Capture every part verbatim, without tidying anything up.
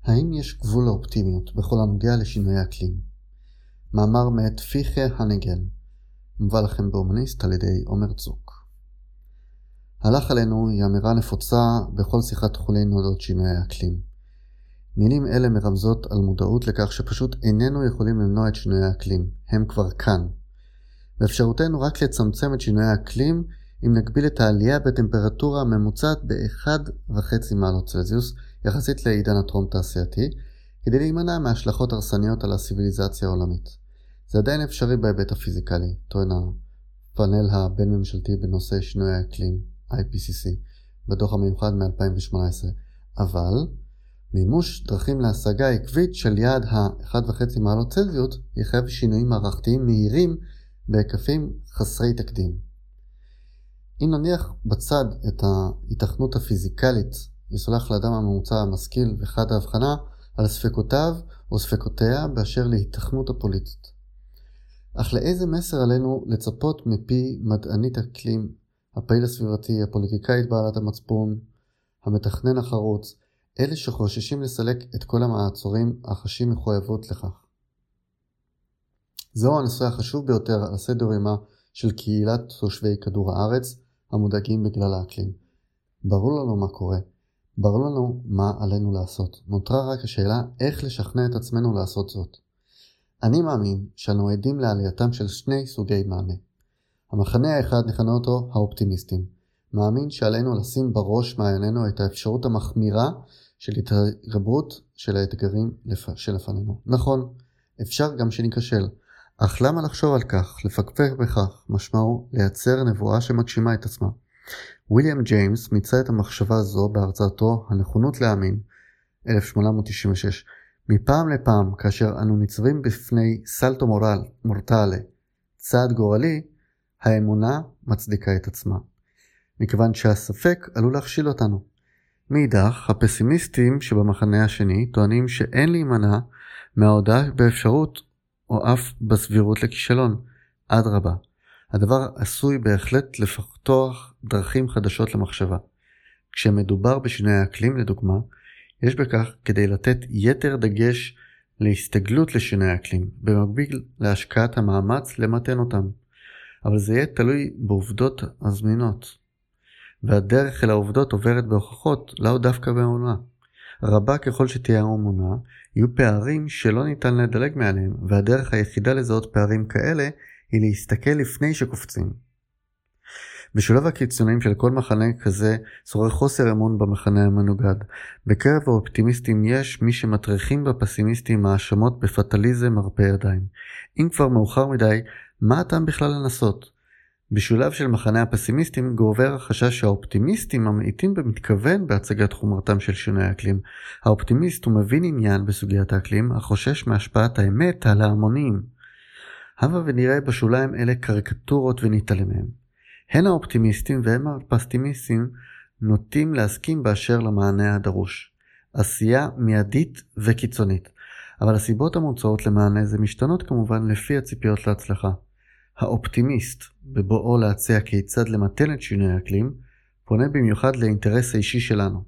האם יש גבול לאופטימיות בכל הנוגע לשינוי האקלים? מאמר מאת פיכה הנגל, מובא לכם בהומניסט על ידי עומר צוק. הלך עלינו היא אמירה נפוצה בכל שיחת חולין אודות שינוי האקלים. מילים אלה מרמזות על מודעות לכך שפשוט איננו יכולים למנוע את שינוי האקלים, הם כבר כאן. באפשרותנו רק לצמצם את שינוי האקלים אם נגביל את העלייה בטמפרטורה הממוצעת ב-אחד וחצי מעלות צלזיוס יחסית לעידן הטרום תעשייתי, כדי להימנע מהשלכות הרסניות על הסיביליזציה העולמית. זה עדיין אפשרי בהיבט הפיזיקלי, טוען הפאנל הבין ממשלתי בנושא שינוי האקלים, איי פי סי סי, בדוח המיוחד מ-אלפיים שמונה עשרה, אבל מימוש דרכים להשגה עקבית של יעד ה-אחד וחצי מעלות צלזיוס יחייב שינויים מערכתיים מהירים בהיקפים חסרי תקדים. אם נניח בצד את ההיתכנות הפיזיקלית, יסולח לאדם הממוצע המשכיל וחד ההבחנה על ספקותיו או ספקותיה באשר להיתכנות הפוליטית. אך לאיזה מסר עלינו לצפות מפי מדענית אקלים, הפעיל הסביבתי, הפוליטיקאית בעלת המצפון, המתכנן החרוץ, אלה שחוששים לסלק את כל המעצורים החשים מחויבות לכך. זהו הנושא החשוב ביותר על הסדר יומה של קהילת תושבי כדור הארץ המודאגים בגלל האקלים. ברור לנו מה קורה, ברור לנו מה עלינו לעשות. נותרה רק השאלה איך לשכנע את עצמנו לעשות זאת. אני מאמין שאנו עדים לעלייתם של שני סוגי מענה. המחנה האחד נכנה אותו האופטימיסטים. מאמין שעלינו לשים בראש מעייננו את האפשרות המחמירה של התגברות של האתגרים שלפנינו. נכון, אפשר גם שניכשל. אך למה לחשוב על כך, לפקפק בכך, משמעו לייצר נבואה שמגשימה את עצמה. וויליאם ג'יימס מיצה את המחשבה הזו בהרצאתו הנכונות להאמין, אלף שמונה מאות תשעים ושש. מפעם לפעם, כאשר אנו ניצבים בפני סלטו מורל, מורטלה, צעד גורלי, האמונה מצדיקה את עצמה. מכיוון שהספק עלול להכשיל אותנו. מאידך, הפסימיסטים שבמחנה השני טוענים שאין להימנע מההודעה באפשרות או אף בסבירות לכישלון. אדרבה, הדבר עשוי בהחלט לפתוח דרכים חדשות למחשבה. כשמדובר בשינוי האקלים לדוגמה, יש בכך כדי לתת יתר דגש להסתגלות לשינוי האקלים, במקביל להשקעת המאמץ למתן אותם. אבל זה יהיה תלוי בעובדות הזמינות. והדרך אל העובדות עוברת בהוכחות, לא דווקא באמונה. רבה ככל שתהיה האמונה, יהיו פערים שלא ניתן לדלג מעליהם, והדרך היחידה לזהות פערים כאלה היא להסתכל לפני שקופצים. בשולב הקיצוניים של כל מחנה כזה שורר חוסר אמון במחנה המנוגד. בקרב האופטימיסטים יש מי שמטריחים בפסימיסטים האשמות בפטליזם מרפא ידיים. אם כבר מאוחר מדי, מה הטעם בכלל לנסות? בשולב של מחנה הפסימיסטים גובר החשש שהאופטימיסטים ממעיטים במתכוון בהצגת חומרתם של שינוי האקלים. האופטימיסט הוא מבין עניין בסוגיית האקלים, החושש מהשפעת האמת על ההמונים. הבה ונראה בשוליים אלה קריקטורות ונתעלם מהם. הן האופטימיסטים והן הפסימיסטים נוטים להסכים באשר למענה הדרוש. עשייה מיידית וקיצונית. אבל הסיבות המוצעות למענה זה משתנות כמובן לפי הציפיות להצלחה. האופטימיסט, בבואו להציע כיצד למתן את שינוי האקלים, פונה במיוחד לאינטרס האישי שלנו.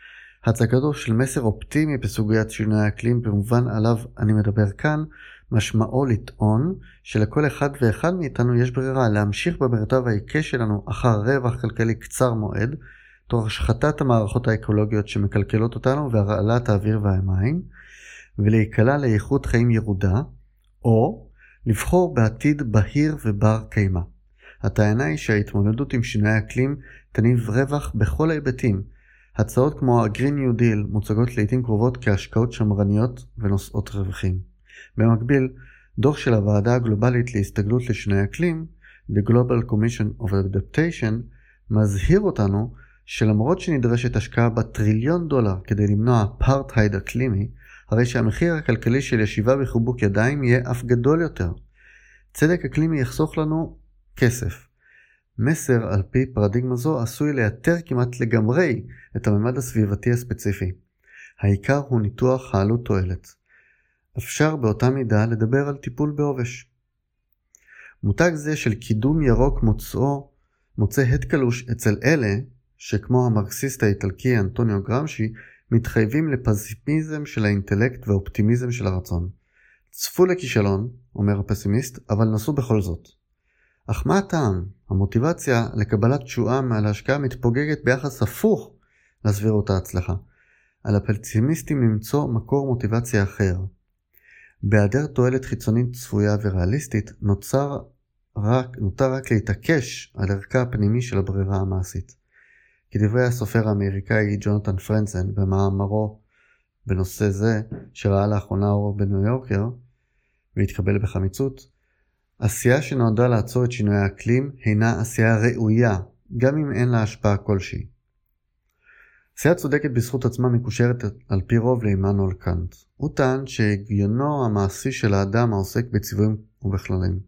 הצגתו של מסר אופטימי בסוגיית שינוי האקלים במובן עליו אני מדבר כאן, משמעו לטעון שלכל אחד ואחד מאיתנו יש ברירה להמשיך במרתב העיקש שלנו אחר רווח כלכלי קצר מועד, תוך השחתת המערכות האקולוגיות שמקלקלות אותנו והרעלת האוויר והמים, ולהיקלע לאיכות חיים ירודה, או לבחור בעתיד בהיר ובר קיימה. הטענה היא שההתמודדות עם שינוי האקלים תניב רווח בכל ההיבטים. הצעות כמו ה-Green New Deal מוצגות לעתים קרובות כהשקעות שמרניות ונושאות רווחים. במקביל, דוח של הוועדה הגלובלית להסתגלות לשינוי האקלים, The Global Commission of Adaptation, מזהיר אותנו שלמרות שנדרשת השקעה בטריליון דולר כדי למנוע אפרטהייד אקלימי, הרי שהמחיר הכלכלי של ישיבה בחיבוק ידיים יהיה אף גדול יותר. צדק אקלימי יחסוך לנו כסף. מסר על פי פרדיגמה זו עשוי לייתר כמעט לגמרי את הממד הסביבתי הספציפי. העיקר הוא ניתוח העלות תועלת. אפשר באותה מידה לדבר על טיפול בעובש. מותג זה של קידום ירוק מוצאו, מוצא הד קלוש אצל אלה שכמו המרקסיסט האיטלקי אנטוניו גרמשי מתחייבים לפסימיזם של האינטלקט ואופטימיזם של הרצון. צפו לכישלון, אומר הפסימיסט, אבל נסו בכל זאת. אך מה הטעם? המוטיבציה לקבלת תשואה מעל ההשקעה מתפוגגת ביחס הפוך לסבירות ההצלחה. על הפסימיסטים למצוא מקור מוטיבציה אחר. בהיעדר תועלת חיצונית צפויה וריאליסטית, נוצר רק, נותר רק להתעקש על ערכה הפנימי של הברירה המעשית. כדברי הסופר האמריקאי ג'ונתן פרנסן במאמרו בנושא זה, שראה לאחרונה אור בניו יורקר, והתקבל בחמיצות, עשייה שנועדה לעצור את שינוי האקלים הינה עשייה ראויה, גם אם אין לה השפעה כלשהי. עשייה צודקת בזכות עצמה מקושרת על פי רוב לעמנואל קאנט. הוא טען שהגיונו המעשי של האדם העוסק בציוויים ובכללים.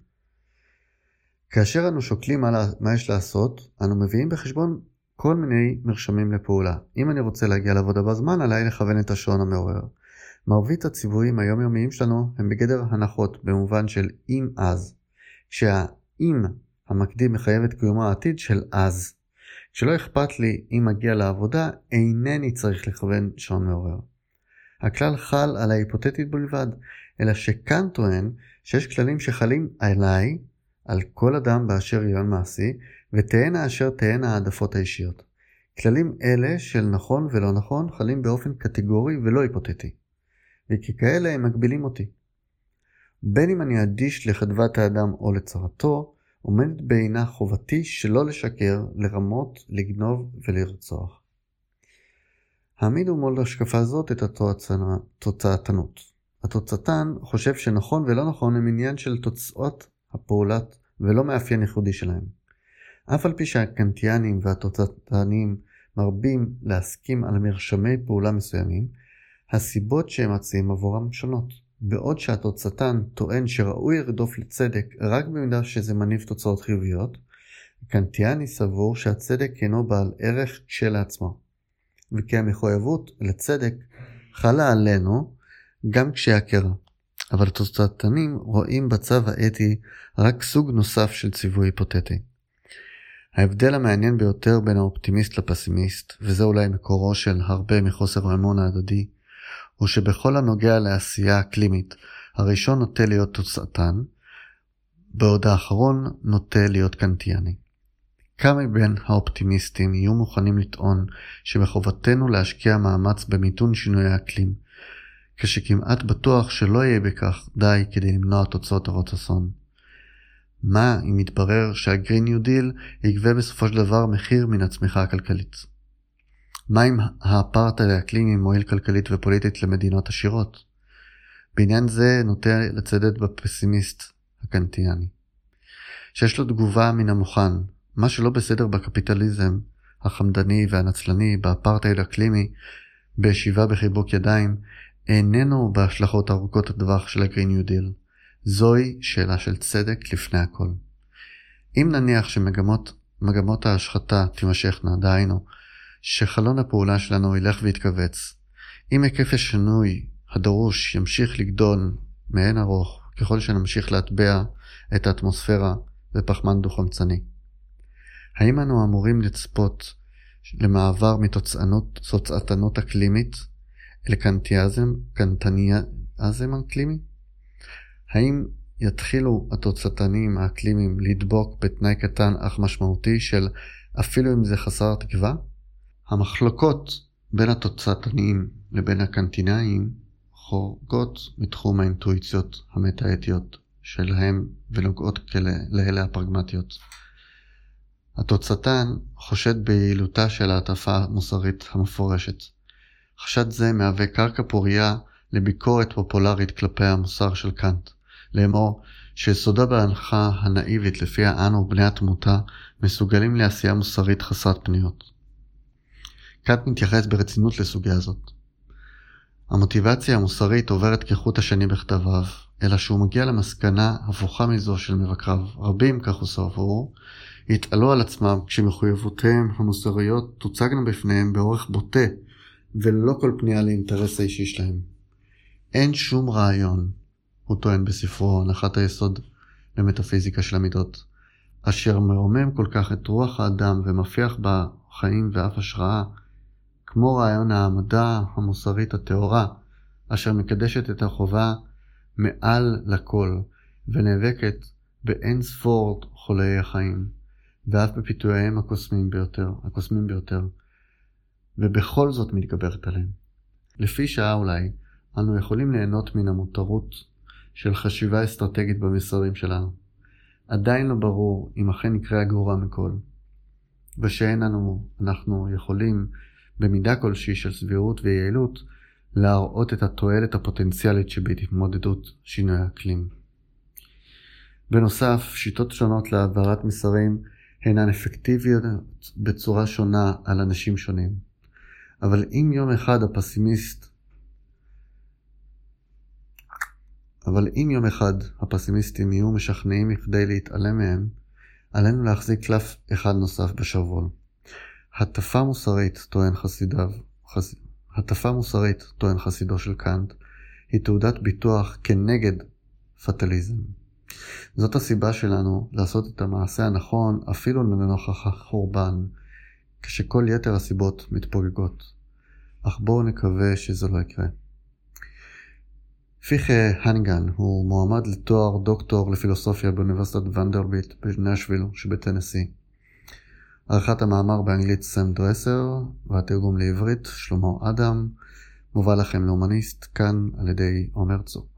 כאשר אנו שוקלים מה יש לעשות, אנו מביאים בחשבון כל מיני מרשמים לפעולה. אם אני רוצה להגיע לעבודה בזמן, עליי לכוון את השעון המעורר. מרבית הציוויים היומיומיים שלנו הם בגדר הנחות במובן של אם אז, כשהאם המקדים מחייב את קיומו העתיד של אז. כשלא אכפת לי אם מגיע לעבודה, אינני צריך לכוון שעון מעורר. הכלל חל על ההיפותטית בלבד, אלא שכאן טוען שיש כללים שחלים עליי, על כל אדם באשר יון מעשי, ותהיינה אשר תהיינה העדפות האישיות. כללים אלה של נכון ולא נכון חלים באופן קטגורי ולא היפותטי, וככאלה הם מגבילים אותי. בין אם אני אדיש לחדוות האדם או לצרתו, עומדת בעינה חובתי שלא לשקר, לרמות, לגנוב ולרצוח. העמידו מול השקפה זאת את התוצאתנות. התוצאתן חושב שנכון ולא נכון הם עניין של תוצאות הפעולת ולא מאפיין ייחודי שלהם. אף על פי שהקנטיאנים והתוצאתנים מרבים להסכים על מרשמי פעולה מסוימים, הסיבות שהם מציעים עבורם שונות. בעוד שהתוצאתן טוען שראוי ירדוף לצדק רק במידה שזה מניב תוצאות חיוביות, קנטיאני סבור שהצדק אינו בעל ערך כשלעצמו, וכי המחויבות לצדק חלה עלינו גם כשהכרה. אבל התוצאתנים רואים בצו האתי רק סוג נוסף של ציווי היפותטי. ההבדל המעניין ביותר בין האופטימיסט לפסימיסט, וזה אולי מקורו של הרבה מחוסר האמון ההדדי, הוא שבכל הנוגע לעשייה אקלימית, הראשון נוטה להיות תוצאתן, בעוד האחרון נוטה להיות קנטיאני. כמה מבין האופטימיסטים יהיו מוכנים לטעון שבחובתנו להשקיע מאמץ במיתון שינוי האקלים, כשכמעט בטוח שלא יהיה בכך די כדי למנוע תוצאות הרות אסון. מה אם יתברר שהגרין ניו דיל יגבה בסופו של דבר מחיר מן הצמיחה הכלכלית? מה אם האפרטהייד האקלימי מועיל כלכלית ופוליטית למדינות עשירות? בעניין זה נוטה לצדד בפסימיסט הקנטיאני, שיש לו תגובה מן המוכן. מה שלא בסדר בקפיטליזם החמדני והנצלני, באפרטהייד האקלימי, בישיבה בחיבוק ידיים, איננו בהשלכות ארוכות הטווח של הגרין ניו דיל. זוהי שאלה של צדק לפני הכל. אם נניח שמגמות מגמות ההשחתה תימשכנה, דהיינו, שחלון הפעולה שלנו ילך ויתכווץ, אם היקף השינוי הדרוש ימשיך לגדול מעין ארוך, ככל שנמשיך להטבע את האטמוספירה בפחמן דו-חמצני, האם אנו אמורים לצפות למעבר מתוצאתנות אקלימית אל קנטיאזם, קנטניאזם אקלימי? האם יתחילו התוצאתנים האקלימיים לדבוק בתנאי קטן אך משמעותי של אפילו אם זה חסר תקווה? המחלוקות בין התוצאתנים לבין הקנטינאים חורגות מתחום האינטואיציות המטאטיות שלהם ונוגעות לאלה הפרגמטיות. התוצאתן חושד ביעילותה של ההטפה המוסרית המפורשת. חשד זה מהווה קרקע פוריה לביקורת פופולרית כלפי המוסר של קאנט, לאמור שיסודה בהנחה הנאיבית לפיה אנו בני התמותה מסוגלים לעשייה מוסרית חסרת פניות. קאנט מתייחס ברצינות לסוגיה הזאת. המוטיבציה המוסרית עוברת כחוט השני בכתביו, אלא שהוא מגיע למסקנה הפוכה מזו של מבקריו. רבים, כך הוא סבור, יתעלו על עצמם כשמחויבותיהם המוסריות תוצגנה בפניהם באורך בוטה, ולא כל פנייה לאינטרס האישי שלהם. אין שום רעיון, הוא טוען בספרו הנחת היסוד למטאפיזיקה של המידות, אשר מרומם כל כך את רוח האדם ומפיח בה חיים ואף השראה, כמו רעיון העמדה המוסרית הטהורה, אשר מקדשת את החובה מעל לכל, ונאבקת באין ספור חולי החיים, ואף בפיתוייהם הקוסמים ביותר, הקוסמים ביותר, ובכל זאת מתגברת עליהם. לפי שעה אולי, אנו יכולים ליהנות מן המותרות של חשיבה אסטרטגית במשרדים שלנו. עדיין לא ברור אם אכן יקרה הגרוע מכל, ושאין אנו, אנחנו יכולים, במידה כלשהי של סבירות ויעילות, להראות את התועלת הפוטנציאלית שבהתמודדות שינוי האקלים. בנוסף, שיטות שונות להעברת מסרים הינן אפקטיביות בצורה שונה על אנשים שונים. אבל אם יום אחד הפסימיסט אבל אם יום אחד הפסימיסטים יהיו משכנעים מכדי להתעלם מהם, עלינו להחזיק קלף אחד נוסף בשרוול. הטפה מוסרית, טוען חסידיו, חס... הטפה מוסרית, טוען חסידו של קאנט, היא תעודת ביטוח כנגד פטליזם. זאת הסיבה שלנו לעשות את המעשה הנכון אפילו לנוכח החורבן, כשכל יתר הסיבות מתפוגגות. אך בואו נקווה שזה לא יקרה. פיכה הנגן הוא מועמד לתואר דוקטור לפילוסופיה באוניברסיטת ונדרבילט בנשוויל שבטנסי. ערכת המאמר באנגלית סם דרסר והתרגום לעברית שלמה אדם. מובא לכם להומניסט כאן על ידי עומר צוק.